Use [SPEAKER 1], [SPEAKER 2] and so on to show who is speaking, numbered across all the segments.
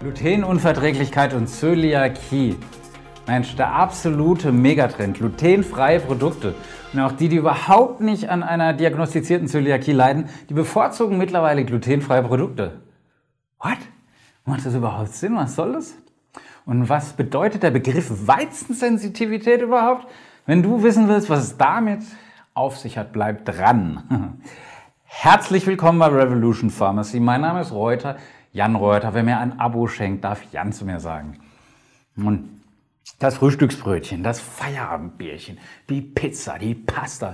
[SPEAKER 1] Glutenunverträglichkeit und Zöliakie. Mensch, der absolute Megatrend. Glutenfreie Produkte. Und auch die überhaupt nicht an einer diagnostizierten Zöliakie leiden, die bevorzugen mittlerweile glutenfreie Produkte. What? Macht das überhaupt Sinn? Was soll das? Und was bedeutet der Begriff Weizensensitivität überhaupt? Wenn du wissen willst, was es damit auf sich hat, bleib dran. Herzlich willkommen bei Revolution Pharmacy. Mein Name ist Reuter, Jan Reuter. Wer mir ein Abo schenkt, darf Jan zu mir sagen. Und das Frühstücksbrötchen, das Feierabendbierchen, die Pizza, die Pasta,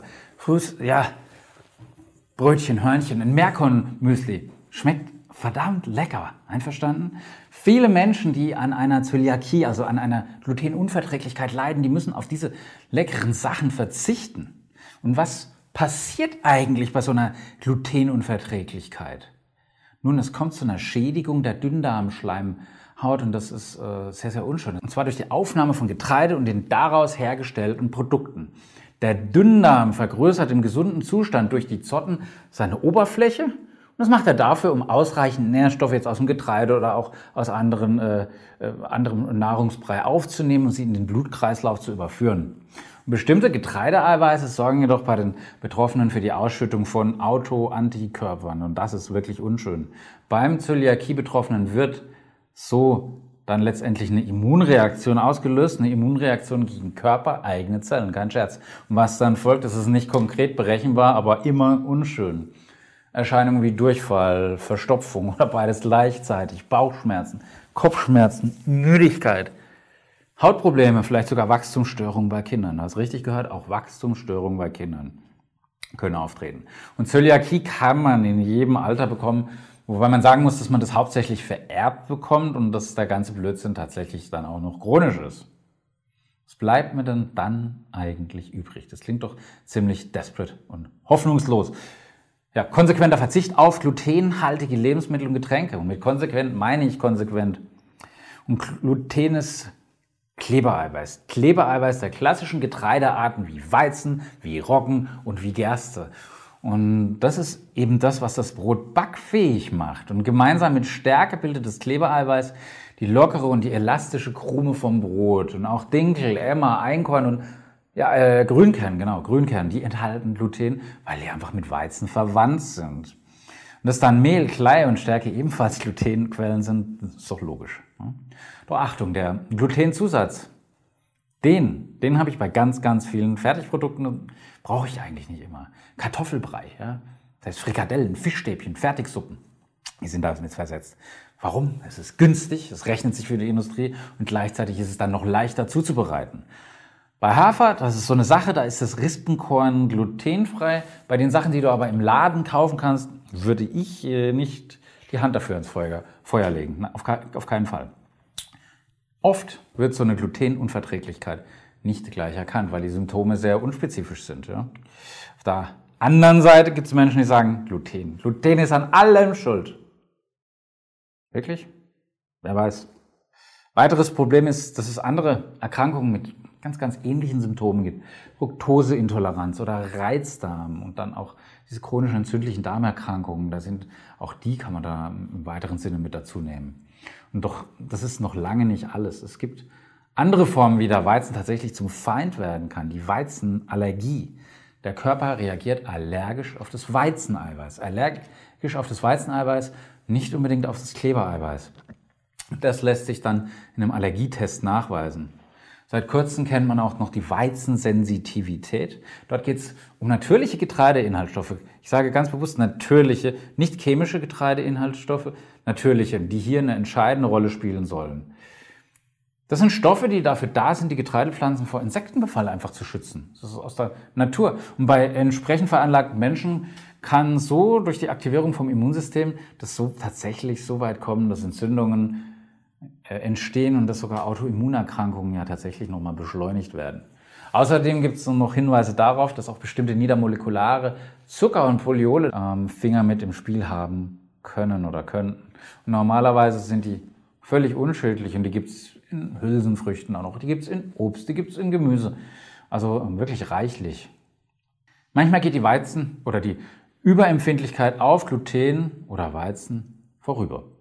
[SPEAKER 1] Brötchen, Hörnchen, ein Meerkornmüsli schmeckt verdammt lecker. Einverstanden? Viele Menschen, die an einer Zöliakie, also an einer Glutenunverträglichkeit leiden, die müssen auf diese leckeren Sachen verzichten. Und was passiert eigentlich bei so einer Glutenunverträglichkeit? Nun, es kommt zu einer Schädigung der Dünndarmschleimhaut und das ist sehr, sehr unschön. Und zwar durch die Aufnahme von Getreide und den daraus hergestellten Produkten. Der Dünndarm vergrößert im gesunden Zustand durch die Zotten seine Oberfläche. Und das macht er dafür, um ausreichend Nährstoffe jetzt aus dem Getreide oder auch aus anderem Nahrungsbrei aufzunehmen und sie in den Blutkreislauf zu überführen. Und bestimmte Getreideeiweiße sorgen jedoch bei den Betroffenen für die Ausschüttung von Autoantikörpern. Und das ist wirklich unschön. Beim Zöliakie-Betroffenen wird so dann letztendlich eine Immunreaktion ausgelöst, eine Immunreaktion gegen körpereigene Zellen, kein Scherz. Und was dann folgt, das ist nicht konkret berechenbar, aber immer unschön. Erscheinungen wie Durchfall, Verstopfung oder beides gleichzeitig, Bauchschmerzen, Kopfschmerzen, Müdigkeit, Hautprobleme, vielleicht sogar Wachstumsstörungen bei Kindern. Du hast richtig gehört, auch Wachstumsstörungen bei Kindern können auftreten. Und Zöliakie kann man in jedem Alter bekommen, wobei man sagen muss, dass man das hauptsächlich vererbt bekommt und dass der ganze Blödsinn tatsächlich dann auch noch chronisch ist. Was bleibt mir denn dann eigentlich übrig? Das klingt doch ziemlich desperate und hoffnungslos. Ja, konsequenter Verzicht auf glutenhaltige Lebensmittel und Getränke. Und mit konsequent meine ich konsequent. Und Gluten ist Klebereiweiß. Klebereiweiß der klassischen Getreidearten wie Weizen, wie Roggen und wie Gerste. Und das ist eben das, was das Brot backfähig macht. Und gemeinsam mit Stärke bildet das Klebereiweiß die lockere und die elastische Krume vom Brot. Und auch Dinkel, Emmer, Einkorn und Grünkern, die enthalten Gluten, weil die einfach mit Weizen verwandt sind. Und dass dann Mehl, Klei und Stärke ebenfalls Glutenquellen sind, ist doch logisch. Doch Achtung, der Glutenzusatz, den habe ich bei ganz, ganz vielen Fertigprodukten, brauche ich eigentlich nicht immer. Kartoffelbrei, ja? Das heißt Frikadellen, Fischstäbchen, Fertigsuppen, die sind da mit versetzt. Warum? Es ist günstig, es rechnet sich für die Industrie und gleichzeitig ist es dann noch leichter zuzubereiten. Bei Hafer, das ist so eine Sache, da ist das Rispenkorn glutenfrei. Bei den Sachen, die du aber im Laden kaufen kannst, würde ich nicht die Hand dafür ins Feuer legen. Na, auf keinen Fall. Oft wird so eine Glutenunverträglichkeit nicht gleich erkannt, weil die Symptome sehr unspezifisch sind. Ja. Auf der anderen Seite gibt es Menschen, die sagen, Gluten ist an allem schuld. Wirklich? Wer weiß. Weiteres Problem ist, dass es andere Erkrankungen mit ganz, ganz ähnlichen Symptomen gibt. Fructoseintoleranz oder Reizdarm und dann auch diese chronischen entzündlichen Darmerkrankungen. Die kann man da im weiteren Sinne mit dazu nehmen. Und doch, das ist noch lange nicht alles. Es gibt andere Formen, wie der Weizen tatsächlich zum Feind werden kann. Die Weizenallergie. Der Körper reagiert allergisch auf das Weizeneiweiß. Allergisch auf das Weizeneiweiß, nicht unbedingt auf das Klebereiweiß. Das lässt sich dann in einem Allergietest nachweisen. Seit kurzem kennt man auch noch die Weizensensitivität. Dort geht es um natürliche Getreideinhaltsstoffe. Ich sage ganz bewusst natürliche, nicht chemische Getreideinhaltsstoffe, natürliche, die hier eine entscheidende Rolle spielen sollen. Das sind Stoffe, die dafür da sind, die Getreidepflanzen vor Insektenbefall einfach zu schützen. Das ist aus der Natur. Und bei entsprechend veranlagten Menschen kann so durch die Aktivierung vom Immunsystem das so tatsächlich so weit kommen, dass Entzündungen entstehen und dass sogar Autoimmunerkrankungen ja tatsächlich nochmal beschleunigt werden. Außerdem gibt es noch Hinweise darauf, dass auch bestimmte niedermolekulare Zucker und Poliole Finger mit im Spiel haben können oder könnten. Und normalerweise sind die völlig unschädlich und die gibt es in Hülsenfrüchten auch noch, die gibt es in Obst, die gibt es in Gemüse. Also wirklich reichlich. Manchmal geht die Überempfindlichkeit auf Gluten oder Weizen vorüber.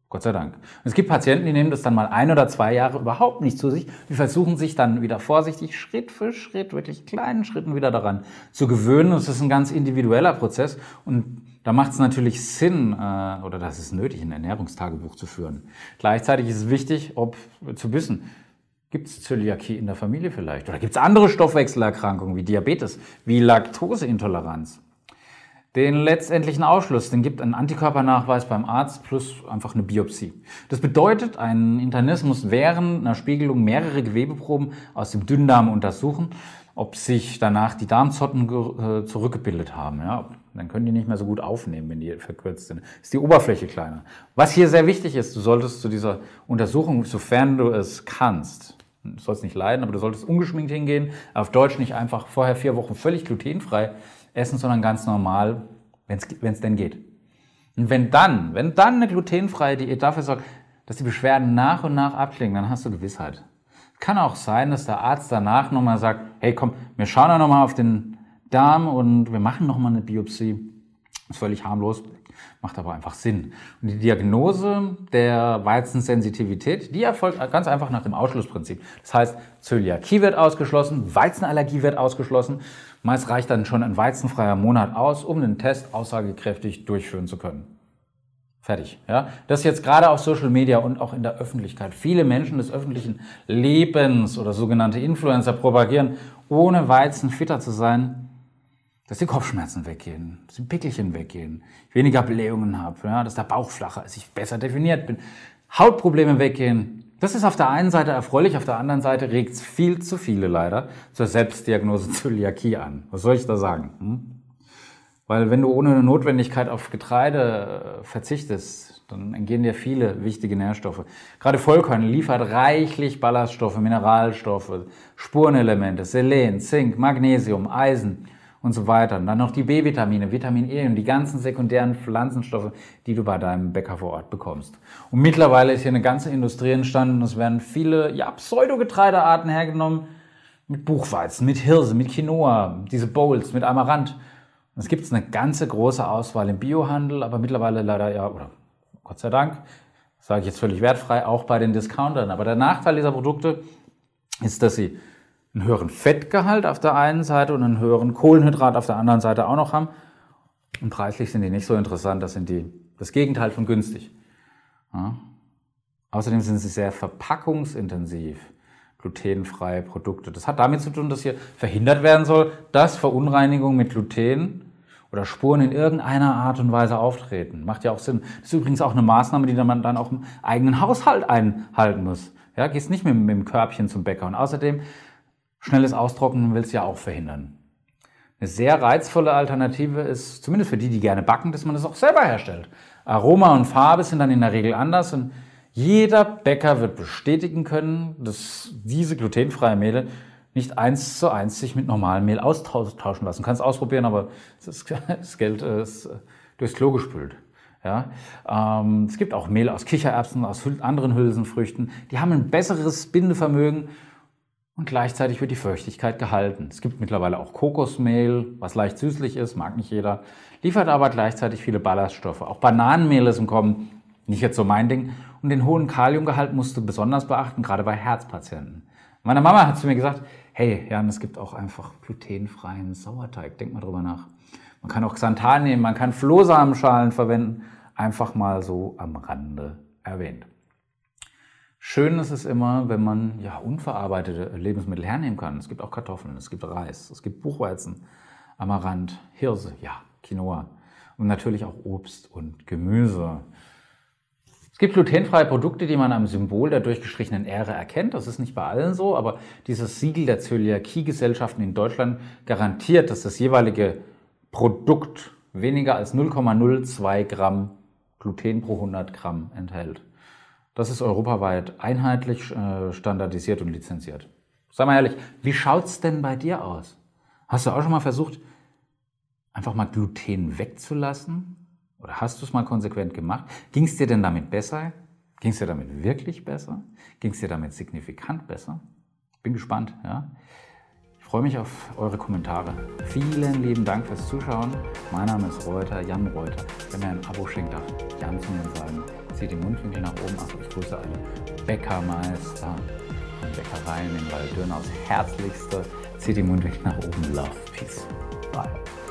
[SPEAKER 1] Gott sei Dank. Und es gibt Patienten, die nehmen das dann mal 1 oder 2 Jahre überhaupt nicht zu sich. Die versuchen sich dann wieder vorsichtig, Schritt für Schritt, wirklich kleinen Schritten wieder daran zu gewöhnen. Das ist ein ganz individueller Prozess. Und da macht es natürlich Sinn, oder das ist nötig, ein Ernährungstagebuch zu führen. Gleichzeitig ist es wichtig, zu wissen, gibt es Zöliakie in der Familie vielleicht? Oder gibt es andere Stoffwechselerkrankungen wie Diabetes, wie Laktoseintoleranz? Den letztendlichen Ausschluss, den gibt ein Antikörpernachweis beim Arzt plus einfach eine Biopsie. Das bedeutet, ein Internist muss während einer Spiegelung mehrere Gewebeproben aus dem Dünndarm untersuchen, ob sich danach die Darmzotten zurückgebildet haben. Ja, dann können die nicht mehr so gut aufnehmen, wenn die verkürzt sind. Ist die Oberfläche kleiner. Was hier sehr wichtig ist, du solltest zu dieser Untersuchung, sofern du es kannst, du sollst nicht leiden, aber du solltest ungeschminkt hingehen, auf Deutsch nicht einfach vorher 4 Wochen völlig glutenfrei essen, sondern ganz normal, wenn es denn geht. Und wenn dann eine glutenfreie Diät dafür sorgt, dass die Beschwerden nach und nach abklingen, dann hast du Gewissheit. Kann auch sein, dass der Arzt danach nochmal sagt, hey komm, wir schauen da nochmal auf den Darm und wir machen nochmal eine Biopsie. Ist völlig harmlos, macht aber einfach Sinn. Und die Diagnose der Weizensensitivität, die erfolgt ganz einfach nach dem Ausschlussprinzip. Das heißt, Zöliakie wird ausgeschlossen, Weizenallergie wird ausgeschlossen. Meist reicht dann schon ein weizenfreier Monat aus, um den Test aussagekräftig durchführen zu können. Fertig. Ja? Das jetzt gerade auf Social Media und auch in der Öffentlichkeit. Viele Menschen des öffentlichen Lebens oder sogenannte Influencer propagieren, ohne Weizen fitter zu sein, dass die Kopfschmerzen weggehen, dass die Pickelchen weggehen, ich weniger Blähungen habe, ja? Dass der Bauch flacher ist, ich besser definiert bin, Hautprobleme weggehen. Das ist auf der einen Seite erfreulich, auf der anderen Seite regt es viel zu viele leider zur Selbstdiagnose Zöliakie an. Was soll ich da sagen? Weil wenn du ohne Notwendigkeit auf Getreide verzichtest, dann entgehen dir viele wichtige Nährstoffe. Gerade Vollkorn liefert reichlich Ballaststoffe, Mineralstoffe, Spurenelemente, Selen, Zink, Magnesium, Eisen und so weiter. Und dann noch die B-Vitamine, Vitamin E und die ganzen sekundären Pflanzenstoffe, die du bei deinem Bäcker vor Ort bekommst. Und mittlerweile ist hier eine ganze Industrie entstanden. Es werden viele Pseudogetreidearten hergenommen mit Buchweizen, mit Hirse, mit Quinoa, diese Bowls, mit Amaranth. Und es gibt eine ganze große Auswahl im Biohandel, aber mittlerweile leider oder Gott sei Dank, sage ich jetzt völlig wertfrei, auch bei den Discountern. Aber der Nachteil dieser Produkte ist, dass sie einen höheren Fettgehalt auf der einen Seite und einen höheren Kohlenhydrat auf der anderen Seite auch noch haben. Und preislich sind die nicht so interessant, das sind das Gegenteil von günstig. Ja. Außerdem sind sie sehr verpackungsintensiv, glutenfreie Produkte. Das hat damit zu tun, dass hier verhindert werden soll, dass Verunreinigungen mit Gluten oder Spuren in irgendeiner Art und Weise auftreten. Macht ja auch Sinn. Das ist übrigens auch eine Maßnahme, die man dann auch im eigenen Haushalt einhalten muss. Ja, gehst nicht mit dem Körbchen zum Bäcker. Und außerdem, schnelles Austrocknen willst du ja auch verhindern. Eine sehr reizvolle Alternative ist, zumindest für die, die gerne backen, dass man das auch selber herstellt. Aroma und Farbe sind dann in der Regel anders und jeder Bäcker wird bestätigen können, dass diese glutenfreie Mehle nicht 1:1 sich mit normalem Mehl austauschen lassen. Du kannst es ausprobieren, aber das Geld ist durchs Klo gespült. Ja? Es gibt auch Mehl aus Kichererbsen, aus anderen Hülsenfrüchten. Die haben ein besseres Bindevermögen und gleichzeitig wird die Feuchtigkeit gehalten. Es gibt mittlerweile auch Kokosmehl, was leicht süßlich ist, mag nicht jeder, liefert aber gleichzeitig viele Ballaststoffe. Auch Bananenmehl ist im Kommen, nicht jetzt so mein Ding. Und den hohen Kaliumgehalt musst du besonders beachten, gerade bei Herzpatienten. Meine Mama hat zu mir gesagt, hey Jan, es gibt auch einfach glutenfreien Sauerteig, denk mal drüber nach. Man kann auch Xanthan nehmen, man kann Flohsamenschalen verwenden, einfach mal so am Rande erwähnt. Schön ist es immer, wenn man unverarbeitete Lebensmittel hernehmen kann. Es gibt auch Kartoffeln, es gibt Reis, es gibt Buchweizen, Amaranth, Hirse, Quinoa und natürlich auch Obst und Gemüse. Es gibt glutenfreie Produkte, die man am Symbol der durchgestrichenen Ähre erkennt. Das ist nicht bei allen so, aber dieses Siegel der Zöliakie-Gesellschaften in Deutschland garantiert, dass das jeweilige Produkt weniger als 0,02 Gramm Gluten pro 100 Gramm enthält. Das ist europaweit einheitlich standardisiert und lizenziert. Sag mal ehrlich, wie schaut's denn bei dir aus? Hast du auch schon mal versucht, einfach mal Gluten wegzulassen? Oder hast du es mal konsequent gemacht? Ging es dir denn damit besser? Ging es dir damit wirklich besser? Ging es dir damit signifikant besser? Bin gespannt. Ja? Ich Ich freue mich auf eure Kommentare. Vielen lieben Dank fürs Zuschauen. Mein Name ist Reuter, Jan Reuter. Wenn ihr ein Abo schenkt, darf Jan zu mir sagen, zieht die Mundwinkel nach oben. Also ich grüße alle Bäckermeister und Bäckereien in Waldürn aufs Herzlichste. Zieht die Mundwinkel nach oben. Love, Peace, Bye.